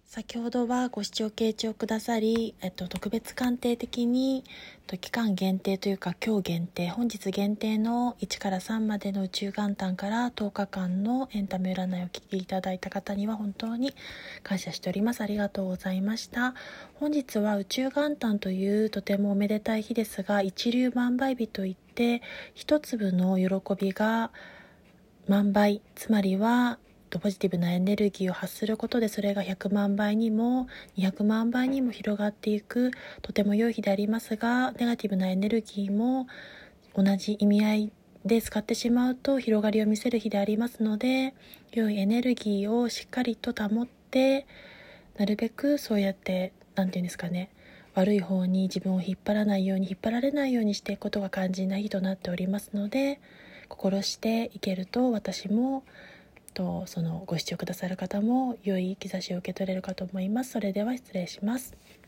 先ほどはご視聴傾聴くださり、特別鑑定的に期間限定というか今日限定、本日限定の1から3までの宇宙元旦から10日間のエンタメ占いをお聞きいただいた方には本当に感謝しております。ありがとうございました。本日は宇宙元旦というとてもおめでたい日ですが、一粒万倍日といって一粒の喜びが万倍、つまりはポジティブなエネルギーを発することでそれが100万倍にも200万倍にも広がっていくとても良い日でありますが、ネガティブなエネルギーも同じ意味合いで使ってしまうと広がりを見せる日でありますので、良いエネルギーをしっかりと保って、なるべくそうやってなんていうんですかね、悪い方に自分を引っ張らないように、引っ張られないようにしていくことが肝心な日となっておりますので、心していけると私もそのご視聴くださる方も良い兆しを受け取れるかと思います。それでは失礼します。